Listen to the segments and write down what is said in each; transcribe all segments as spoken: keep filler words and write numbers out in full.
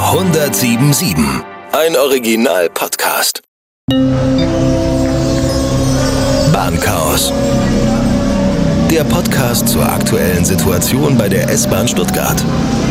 hundertsieben Komma sieben. Ein Original-Podcast. Bahnchaos. Der Podcast zur aktuellen Situation bei der S-Bahn Stuttgart.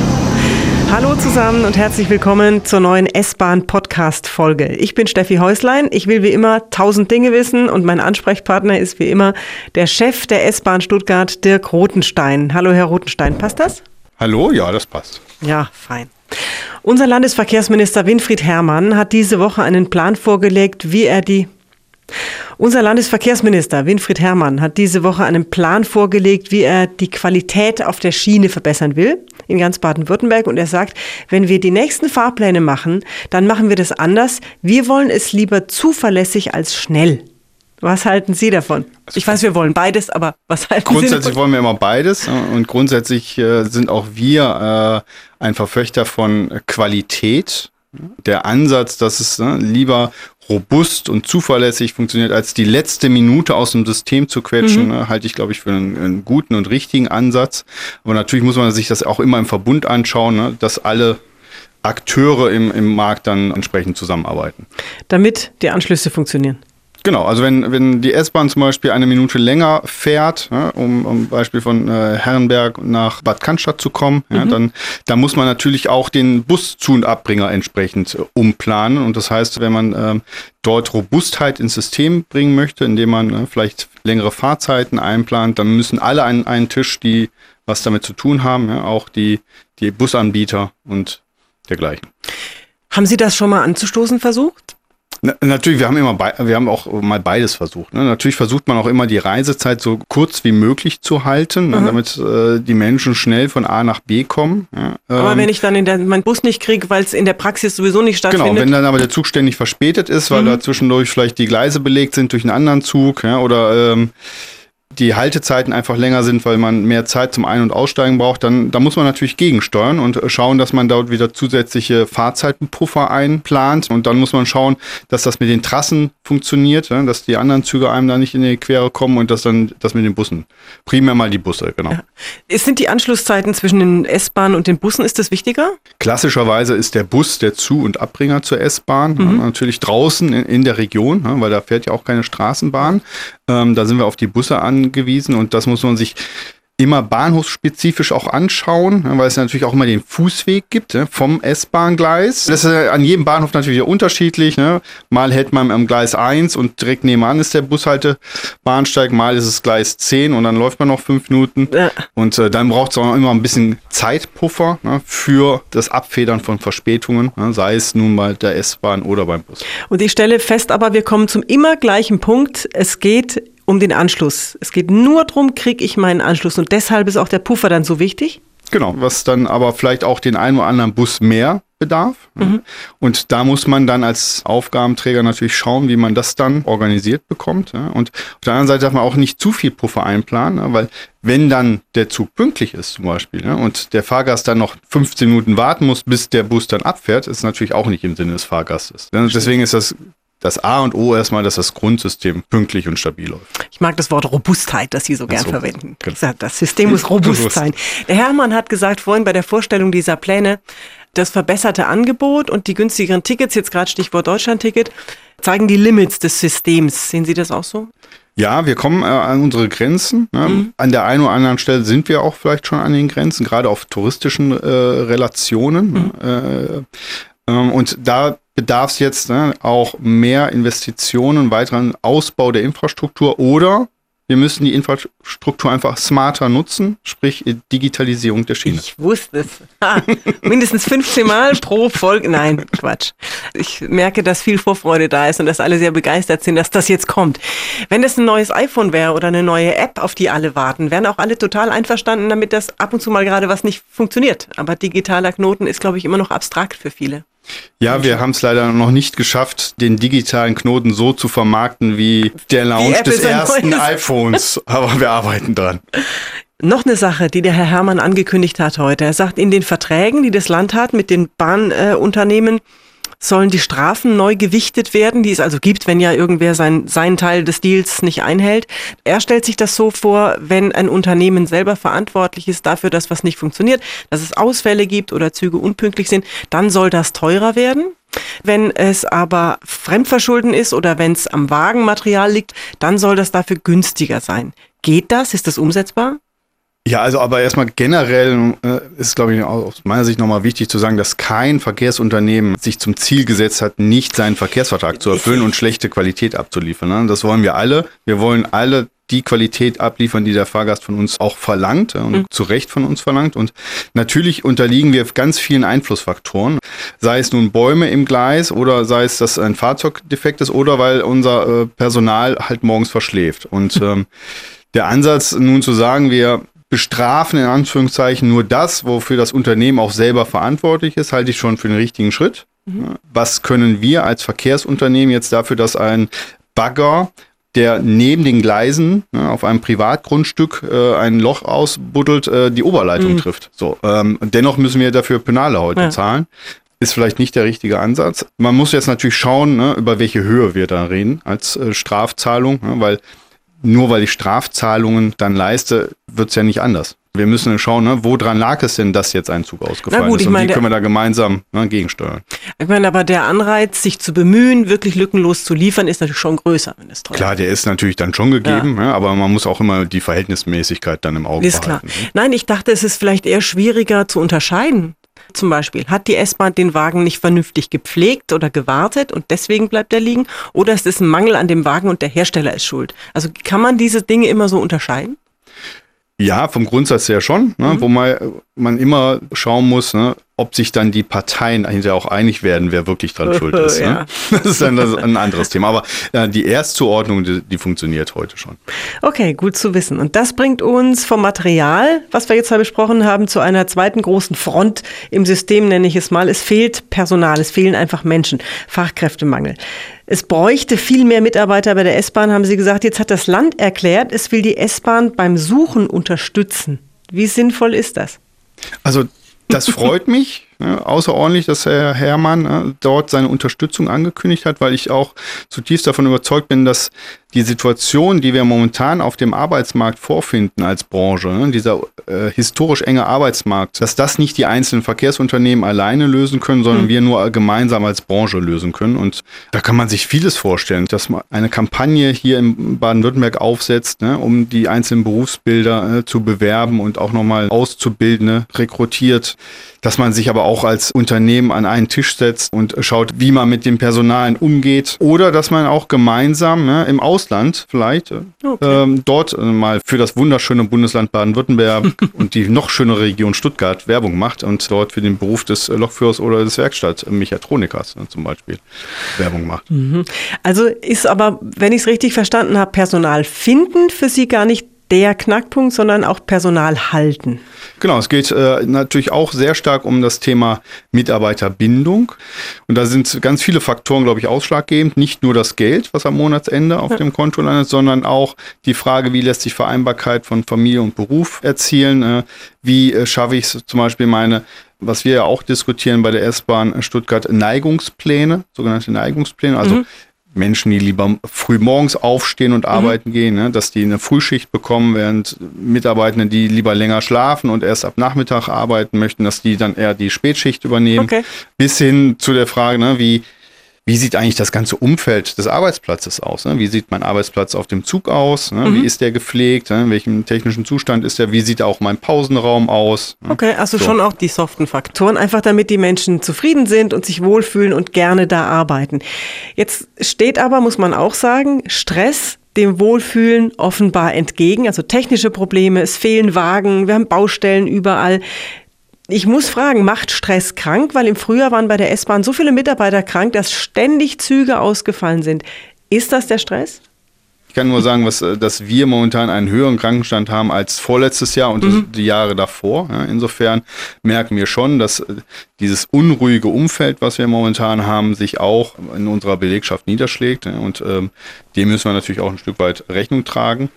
Hallo zusammen und herzlich willkommen zur neuen S-Bahn-Podcast-Folge. Ich bin Steffi Häuslein. Ich will wie immer tausend Dinge wissen und mein Ansprechpartner ist wie immer der Chef der S-Bahn Stuttgart, Dirk Rothenstein. Hallo, Herr Rothenstein, passt das? Hallo, ja, das passt. Ja, fein. Unser Landesverkehrsminister Winfried Herrmann hat diese Woche einen Plan vorgelegt, wie er die... Unser Landesverkehrsminister Winfried Herrmann hat diese Woche einen Plan vorgelegt, wie er die Qualität auf der Schiene verbessern will in ganz Baden-Württemberg. Und er sagt, wenn wir die nächsten Fahrpläne machen, dann machen wir das anders. Wir wollen es lieber zuverlässig als schnell. Was halten Sie davon? Ich weiß, wir wollen beides, aber was halten Sie davon? Grundsätzlich wollen wir immer beides und grundsätzlich äh, sind auch wir äh, ein Verfechter von Qualität. Der Ansatz, dass es ne, lieber robust und zuverlässig funktioniert, als die letzte Minute aus dem System zu quetschen, mhm. ne, halte ich, glaube ich, für einen, einen guten und richtigen Ansatz. Aber natürlich muss man sich das auch immer im Verbund anschauen, ne, dass alle Akteure im, im Markt dann entsprechend zusammenarbeiten. Damit die Anschlüsse funktionieren. Genau, also wenn, wenn die S-Bahn zum Beispiel eine Minute länger fährt, ja, um, um Beispiel von äh, Herrenberg nach Bad Cannstatt zu kommen, ja, mhm. dann, dann muss man natürlich auch den Buszu- und Abbringer entsprechend äh, umplanen. Und das heißt, wenn man ähm, dort Robustheit ins System bringen möchte, indem man äh, vielleicht längere Fahrzeiten einplant, dann müssen alle an einen Tisch, die was damit zu tun haben, ja, auch die, die Busanbieter und dergleichen. Haben Sie das schon mal anzustoßen versucht? Na, natürlich, wir haben immer be- wir haben auch mal beides versucht. Ne? Natürlich versucht man auch immer die Reisezeit so kurz wie möglich zu halten, mhm. ne? damit äh, die Menschen schnell von A nach B kommen. Ja? Aber ähm, wenn ich dann in der, meinen Bus nicht kriege, weil es in der Praxis sowieso nicht stattfindet. Genau, wenn dann aber der Zug ständig verspätet ist, weil mhm. da zwischendurch vielleicht die Gleise belegt sind durch einen anderen Zug, ja? oder ähm, die Haltezeiten einfach länger sind, weil man mehr Zeit zum Ein- und Aussteigen braucht, dann da muss man natürlich gegensteuern und schauen, dass man dort wieder zusätzliche Fahrzeitenpuffer einplant. Und dann muss man schauen, dass das mit den Trassen funktioniert, ja, dass die anderen Züge einem da nicht in die Quere kommen und dass dann das mit den Bussen. Primär mal die Busse, genau. Ja. Sind die Anschlusszeiten zwischen den S-Bahnen und den Bussen, ist das wichtiger? Klassischerweise ist der Bus der Zu- und Abbringer zur S-Bahn. Mhm. Ja, natürlich draußen in, in der Region, ja, weil da fährt ja auch keine Straßenbahn. Ähm, da sind wir auf die Busse angewiesen und das muss man sich immer bahnhofsspezifisch auch anschauen, weil es natürlich auch immer den Fußweg gibt vom S-Bahn-Gleis. Das ist an jedem Bahnhof natürlich unterschiedlich. Mal hält man am Gleis eins und direkt nebenan ist der Bushaltebahnsteig, mal ist es Gleis zehn und dann läuft man noch fünf Minuten. Ja. Und äh, dann braucht es auch immer ein bisschen Zeitpuffer ne, für das Abfedern von Verspätungen, ne, sei es nun bei der S-Bahn oder beim Bus. Und ich stelle fest, aber wir kommen zum immer gleichen Punkt. Es geht um den Anschluss. Es geht nur darum, kriege ich meinen Anschluss. Und deshalb ist auch der Puffer dann so wichtig? Genau, was dann aber vielleicht auch den einen oder anderen Bus mehr bedarf. Mhm. Und da muss man dann als Aufgabenträger natürlich schauen, wie man das dann organisiert bekommt. Und auf der anderen Seite darf man auch nicht zu viel Puffer einplanen, weil wenn dann der Zug pünktlich ist zum Beispiel und der Fahrgast dann noch fünfzehn Minuten warten muss, bis der Bus dann abfährt, ist natürlich auch nicht im Sinne des Fahrgastes. Deswegen ist das Das A und O erstmal, dass das Grundsystem pünktlich und stabil läuft. Ich mag das Wort Robustheit, das Sie so gern so. verwenden. Genau. Ich sag, das System muss robust sein. Der Herrmann hat gesagt vorhin bei der Vorstellung dieser Pläne, das verbesserte Angebot und die günstigeren Tickets, jetzt gerade Stichwort Deutschlandticket, zeigen die Limits des Systems. Sehen Sie das auch so? Ja, wir kommen äh, an unsere Grenzen. Ne? Mhm. An der einen oder anderen Stelle sind wir auch vielleicht schon an den Grenzen, gerade auf touristischen äh, Relationen. Mhm. Äh, äh, und da bedarf es jetzt ne, auch mehr Investitionen, weiteren Ausbau der Infrastruktur oder wir müssen die Infrastruktur einfach smarter nutzen, sprich Digitalisierung der Schiene. Ich wusste es. Ha, mindestens fünfzehn Mal pro Folge. Nein, Quatsch. Ich merke, dass viel Vorfreude da ist und dass alle sehr begeistert sind, dass das jetzt kommt. Wenn das ein neues iPhone wäre oder eine neue App, auf die alle warten, wären auch alle total einverstanden, damit das ab und zu mal gerade was nicht funktioniert. Aber digitaler Knoten ist, glaube ich, immer noch abstrakt für viele. Ja, wir haben es leider noch nicht geschafft, den digitalen Knoten so zu vermarkten wie der Launch des ersten iPhones. Aber wir arbeiten dran. Noch eine Sache, die der Herr Herrmann angekündigt hat heute. Er sagt, in den Verträgen, die das Land hat mit den Bahnunternehmen, Sollen die Strafen neu gewichtet werden, die es also gibt, wenn ja irgendwer sein, seinen Teil des Deals nicht einhält? Er stellt sich das so vor, wenn ein Unternehmen selber verantwortlich ist dafür, dass was nicht funktioniert, dass es Ausfälle gibt oder Züge unpünktlich sind, dann soll das teurer werden. Wenn es aber Fremdverschulden ist oder wenn es am Wagenmaterial liegt, dann soll das dafür günstiger sein. Geht das? Ist das umsetzbar? Ja, also aber erstmal generell äh, ist, glaube ich, aus meiner Sicht nochmal wichtig zu sagen, dass kein Verkehrsunternehmen sich zum Ziel gesetzt hat, nicht seinen Verkehrsvertrag zu erfüllen und schlechte Qualität abzuliefern. Ne? Das wollen wir alle. Wir wollen alle die Qualität abliefern, die der Fahrgast von uns auch verlangt und mhm. zu Recht von uns verlangt. Und natürlich unterliegen wir ganz vielen Einflussfaktoren, sei es nun Bäume im Gleis oder sei es, dass ein Fahrzeug defekt ist oder weil unser äh, Personal halt morgens verschläft. Und ähm, der Ansatz nun zu sagen, wir bestrafen in Anführungszeichen nur das, wofür das Unternehmen auch selber verantwortlich ist, halte ich schon für den richtigen Schritt. Mhm. Was können wir als Verkehrsunternehmen jetzt dafür, dass ein Bagger, der neben den Gleisen ne, auf einem Privatgrundstück äh, ein Loch ausbuddelt, äh, die Oberleitung mhm. trifft. So, ähm, dennoch müssen wir dafür Penale heute ja. zahlen. Ist vielleicht nicht der richtige Ansatz. Man muss jetzt natürlich schauen, ne, über welche Höhe wir da reden als äh, Strafzahlung, ne, weil nur weil ich Strafzahlungen dann leiste, wird es ja nicht anders. Wir müssen schauen, ne, woran lag es denn, dass jetzt ein Zug ausgefallen gut, ist und meine, wie können wir da gemeinsam ne, gegensteuern. Ich meine, aber der Anreiz, sich zu bemühen, wirklich lückenlos zu liefern, ist natürlich schon größer, wenn es teuer ist. Klar, der ist natürlich dann schon gegeben, ja. Ja, aber man muss auch immer die Verhältnismäßigkeit dann im Auge ist behalten. Klar. Nein, ich dachte, es ist vielleicht eher schwieriger zu unterscheiden. Zum Beispiel, hat die S-Bahn den Wagen nicht vernünftig gepflegt oder gewartet und deswegen bleibt er liegen? Oder ist es ein Mangel an dem Wagen und der Hersteller ist schuld? Also kann man diese Dinge immer so unterscheiden? Ja, vom Grundsatz her schon, ne, mhm. wo man, man immer schauen muss, ne, ob sich dann die Parteien hinterher auch einig werden, wer wirklich dran schuld ist. Ja. Ne? Das ist dann das, ein anderes Thema. Aber äh, die Erstzuordnung, die, die funktioniert heute schon. Okay, gut zu wissen. Und das bringt uns vom Material, was wir jetzt besprochen haben, zu einer zweiten großen Front im System, nenne ich es mal. Es fehlt Personal, es fehlen einfach Menschen, Fachkräftemangel. Es bräuchte viel mehr Mitarbeiter bei der S-Bahn, haben Sie gesagt. Jetzt hat das Land erklärt, es will die S-Bahn beim Suchen unterstützen. Wie sinnvoll ist das? Also das freut mich ja, außerordentlich, dass Herr Herrmann äh, dort seine Unterstützung angekündigt hat, weil ich auch zutiefst davon überzeugt bin, dass die Situation, die wir momentan auf dem Arbeitsmarkt vorfinden als Branche, ne, dieser äh, historisch enge Arbeitsmarkt, dass das nicht die einzelnen Verkehrsunternehmen alleine lösen können, sondern mhm. wir nur gemeinsam als Branche lösen können. Und da kann man sich vieles vorstellen, dass man eine Kampagne hier in Baden-Württemberg aufsetzt, ne, um die einzelnen Berufsbilder äh, zu bewerben und auch nochmal Auszubildende rekrutiert, dass man sich aber auch als Unternehmen an einen Tisch setzt und schaut, wie man mit dem Personal umgeht. Oder dass man auch gemeinsam ne, im Ausland vielleicht okay. ähm, dort äh, mal für das wunderschöne Bundesland Baden-Württemberg und die noch schönere Region Stuttgart Werbung macht und dort für den Beruf des Lokführers oder des Werkstattmechatronikers ne, zum Beispiel Werbung macht. Also ist aber, wenn ich es richtig verstanden habe, Personal finden für Sie gar nicht der Knackpunkt, sondern auch Personal halten. Genau, es geht äh, natürlich auch sehr stark um das Thema Mitarbeiterbindung. Und da sind ganz viele Faktoren, glaube ich, ausschlaggebend. Nicht nur das Geld, was am Monatsende auf ja. dem Konto landet, sondern auch die Frage, wie lässt sich Vereinbarkeit von Familie und Beruf erzielen? Äh, wie äh, schaffe ich es zum Beispiel meine, was wir ja auch diskutieren bei der S-Bahn Stuttgart, Neigungspläne, sogenannte Neigungspläne, also mhm. Menschen, die lieber früh morgens aufstehen und arbeiten mhm. gehen, ne, dass die eine Frühschicht bekommen, während Mitarbeitende, die lieber länger schlafen und erst ab Nachmittag arbeiten möchten, dass die dann eher die Spätschicht übernehmen. Okay. Bis hin zu der Frage, ne, wie, wie sieht eigentlich das ganze Umfeld des Arbeitsplatzes aus? Ne? Wie sieht mein Arbeitsplatz auf dem Zug aus? Ne? Mhm. Wie ist der gepflegt? Ne? In welchem technischen Zustand ist der? Wie sieht auch mein Pausenraum aus? Ne? Okay, also so. Schon auch die soften Faktoren, einfach damit die Menschen zufrieden sind und sich wohlfühlen und gerne da arbeiten. Jetzt steht aber, muss man auch sagen, Stress dem Wohlfühlen offenbar entgegen. Also technische Probleme, es fehlen Wagen, wir haben Baustellen überall. Ich muss fragen, macht Stress krank? Weil im Frühjahr waren bei der S-Bahn so viele Mitarbeiter krank, dass ständig Züge ausgefallen sind. Ist das der Stress? Ich kann nur sagen, was, dass wir momentan einen höheren Krankenstand haben als vorletztes Jahr und mhm. die Jahre davor. Ja, insofern merken wir schon, dass dieses unruhige Umfeld, was wir momentan haben, sich auch in unserer Belegschaft niederschlägt. Und ähm, dem müssen wir natürlich auch ein Stück weit Rechnung tragen.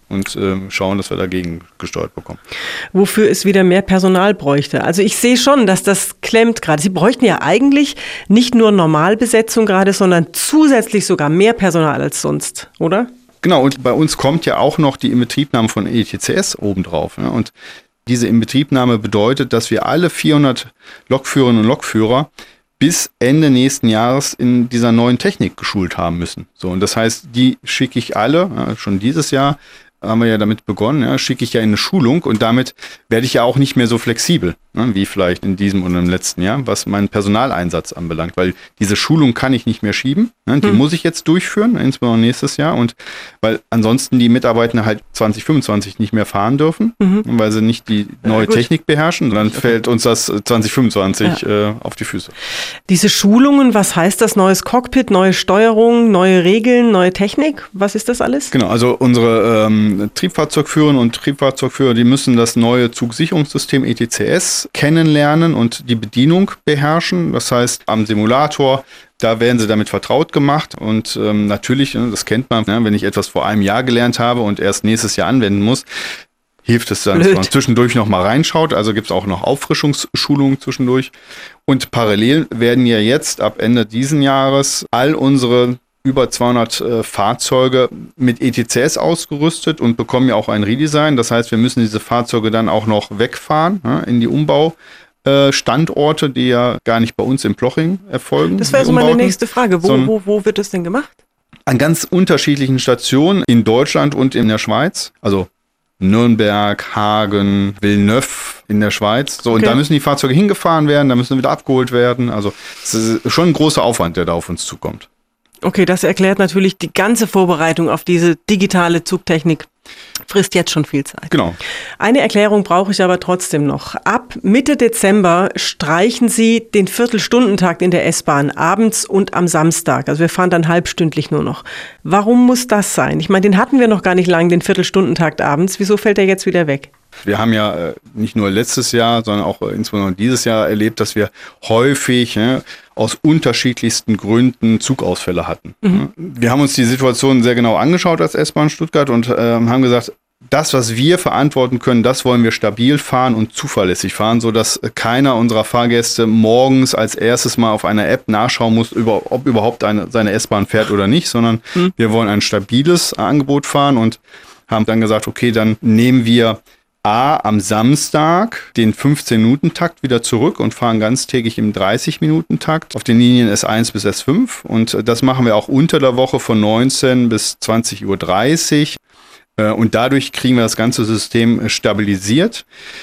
und äh, schauen, dass wir dagegen gesteuert bekommen. Wofür es wieder mehr Personal bräuchte. Also ich sehe schon, dass das klemmt gerade. Sie bräuchten ja eigentlich nicht nur Normalbesetzung gerade, sondern zusätzlich sogar mehr Personal als sonst, oder? Genau, und bei uns kommt ja auch noch die Inbetriebnahme von E T C S obendrauf. Ne? Und diese Inbetriebnahme bedeutet, dass wir alle vierhundert Lokführerinnen und Lokführer bis Ende nächsten Jahres in dieser neuen Technik geschult haben müssen. So, und das heißt, die schicke ich alle, ja, schon dieses Jahr haben wir ja damit begonnen, ja, schicke ich ja in eine Schulung und damit werde ich ja auch nicht mehr so flexibel, ne, wie vielleicht in diesem und im letzten Jahr, was meinen Personaleinsatz anbelangt, weil diese Schulung kann ich nicht mehr schieben, ne, die mhm. muss ich jetzt durchführen, insbesondere nächstes Jahr, und weil ansonsten die Mitarbeiter halt zwanzig fünfundzwanzig nicht mehr fahren dürfen, mhm. weil sie nicht die neue ja, Technik beherrschen, dann okay. fällt uns das zwanzig fünfundzwanzig ja. äh, auf die Füße. Diese Schulungen, was heißt das? Neues Cockpit, neue Steuerung, neue Regeln, neue Technik? Was ist das alles? Genau, also unsere ähm, Triebfahrzeugführerinnen und Triebfahrzeugführer, die müssen das neue Zugsicherungssystem E T C S kennenlernen und die Bedienung beherrschen. Das heißt, am Simulator, da werden sie damit vertraut gemacht und ähm, natürlich, das kennt man, ne, wenn ich etwas vor einem Jahr gelernt habe und erst nächstes Jahr anwenden muss, hilft es dann, Blöd. dass man zwischendurch noch mal reinschaut. Also gibt es auch noch Auffrischungsschulungen zwischendurch. Und parallel werden ja jetzt ab Ende diesen Jahres all unsere über zweihundert äh, Fahrzeuge mit E T C S ausgerüstet und bekommen ja auch ein Redesign. Das heißt, wir müssen diese Fahrzeuge dann auch noch wegfahren, ja, in die Umbaustandorte, die ja gar nicht bei uns in Ploching erfolgen. Das wäre so meine nächste Frage. Wo, wo, wo wird das denn gemacht? An ganz unterschiedlichen Stationen in Deutschland und in der Schweiz. Also Nürnberg, Hagen, Villeneuve in der Schweiz. So, okay. Und da müssen die Fahrzeuge hingefahren werden, da müssen sie wieder abgeholt werden. Also es ist schon ein großer Aufwand, der da auf uns zukommt. Okay, das erklärt natürlich die ganze Vorbereitung auf diese digitale Zugtechnik. Frisst jetzt schon viel Zeit. Genau. Eine Erklärung brauche ich aber trotzdem noch. Ab Mitte Dezember streichen Sie den Viertelstundentakt in der S-Bahn abends und am Samstag. Also wir fahren dann halbstündlich nur noch. Warum muss das sein? Ich meine, den hatten wir noch gar nicht lang, den Viertelstundentakt abends. Wieso fällt der jetzt wieder weg? Wir haben ja äh, nicht nur letztes Jahr, sondern auch äh, insbesondere dieses Jahr erlebt, dass wir häufig äh, aus unterschiedlichsten Gründen Zugausfälle hatten. Mhm. Wir haben uns die Situation sehr genau angeschaut als S-Bahn Stuttgart und äh, haben gesagt, das, was wir verantworten können, das wollen wir stabil fahren und zuverlässig fahren, sodass keiner unserer Fahrgäste morgens als erstes mal auf einer App nachschauen muss, über, ob überhaupt eine, seine S-Bahn fährt oder nicht, sondern mhm. wir wollen ein stabiles Angebot fahren und haben dann gesagt, okay, dann nehmen wir A, am Samstag den fünfzehn-Minuten-Takt wieder zurück und fahren ganztägig im dreißig-Minuten-Takt auf den Linien S eins bis S fünf. Und das machen wir auch unter der Woche von neunzehn bis zwanzig Uhr dreißig. Und dadurch kriegen wir das ganze System stabilisiert.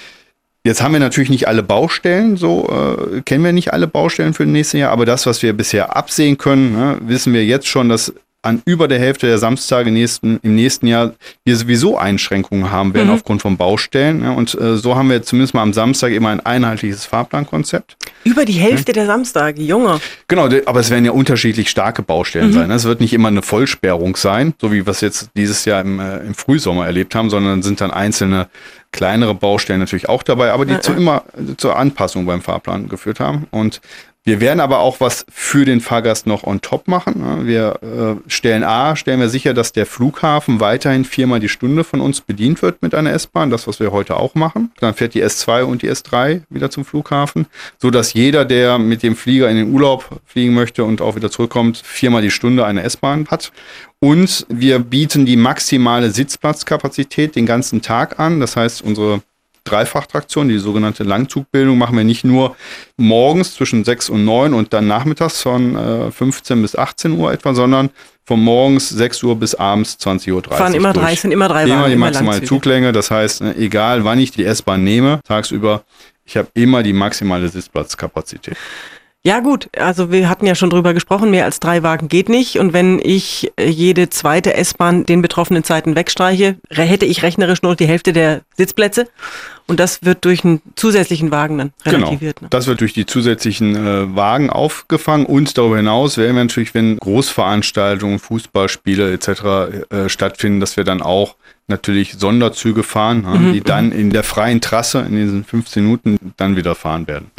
Jetzt haben wir natürlich nicht alle Baustellen, so äh, kennen wir nicht alle Baustellen für das nächste Jahr, aber das, was wir bisher absehen können, ne, wissen wir jetzt schon, dass an über der Hälfte der Samstage nächsten, im nächsten Jahr wir sowieso Einschränkungen haben werden mhm. aufgrund von Baustellen. Ja, und äh, so haben wir zumindest mal am Samstag immer ein einheitliches Fahrplankonzept. Über die Hälfte ja. der Samstage, Junge. Genau, aber es werden ja unterschiedlich starke Baustellen mhm. sein. Es wird nicht immer eine Vollsperrung sein, so wie wir es jetzt dieses Jahr im, äh, im Frühsommer erlebt haben, sondern sind dann einzelne kleinere Baustellen natürlich auch dabei, aber die ja, zu ja. immer zur Anpassung beim Fahrplan geführt haben. Und wir werden aber auch was für den Fahrgast noch on top machen. Wir äh, stellen A, stellen wir sicher, dass der Flughafen weiterhin viermal die Stunde von uns bedient wird mit einer S-Bahn, das, was wir heute auch machen. Dann fährt die S zwei und die S drei wieder zum Flughafen, sodass jeder, der mit dem Flieger in den Urlaub fliegen möchte und auch wieder zurückkommt, viermal die Stunde eine S-Bahn hat. Und wir bieten die maximale Sitzplatzkapazität den ganzen Tag an. Das heißt, unsere Dreifachtraktion, die sogenannte Langzugbildung, machen wir nicht nur morgens zwischen sechs und neun und dann nachmittags von äh, fünfzehn bis achtzehn Uhr etwa, sondern von morgens sechs Uhr bis abends zwanzig Uhr dreißig. Fahren immer drei, sind immer drei Wagen. Immer die maximale immer Zuglänge, das heißt, egal wann ich die S-Bahn nehme, tagsüber, ich habe immer die maximale Sitzplatzkapazität. Ja gut, also wir hatten ja schon drüber gesprochen, mehr als drei Wagen geht nicht. Und wenn ich jede zweite S-Bahn den betroffenen Zeiten wegstreiche, hätte ich rechnerisch nur die Hälfte der Sitzplätze. Und das wird durch einen zusätzlichen Wagen dann relativiert. Genau, ne? Das wird durch die zusätzlichen äh, Wagen aufgefangen. Und darüber hinaus werden wir natürlich, wenn Großveranstaltungen, Fußballspiele et cetera äh, stattfinden, dass wir dann auch natürlich Sonderzüge fahren, mhm. die dann in der freien Trasse in diesen fünfzehn Minuten dann wieder fahren werden.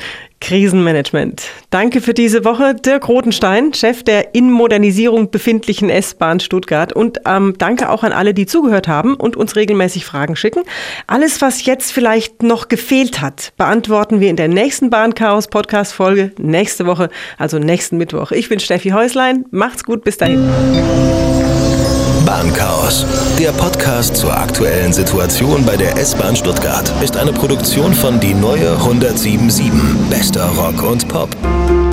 Krisenmanagement. Danke für diese Woche, Dirk Rothenstein, Chef der in Modernisierung befindlichen S-Bahn Stuttgart. Und ähm, danke auch an alle, die zugehört haben und uns regelmäßig Fragen schicken. Alles, was jetzt vielleicht noch gefehlt hat, beantworten wir in der nächsten Bahnchaos-Podcast-Folge nächste Woche, also nächsten Mittwoch. Ich bin Steffi Häuslein. Macht's gut, bis dahin. Bahnchaos, der Podcast zur aktuellen Situation bei der S-Bahn Stuttgart, ist eine Produktion von Die Neue hundertsieben Komma sieben. Bester Rock und Pop.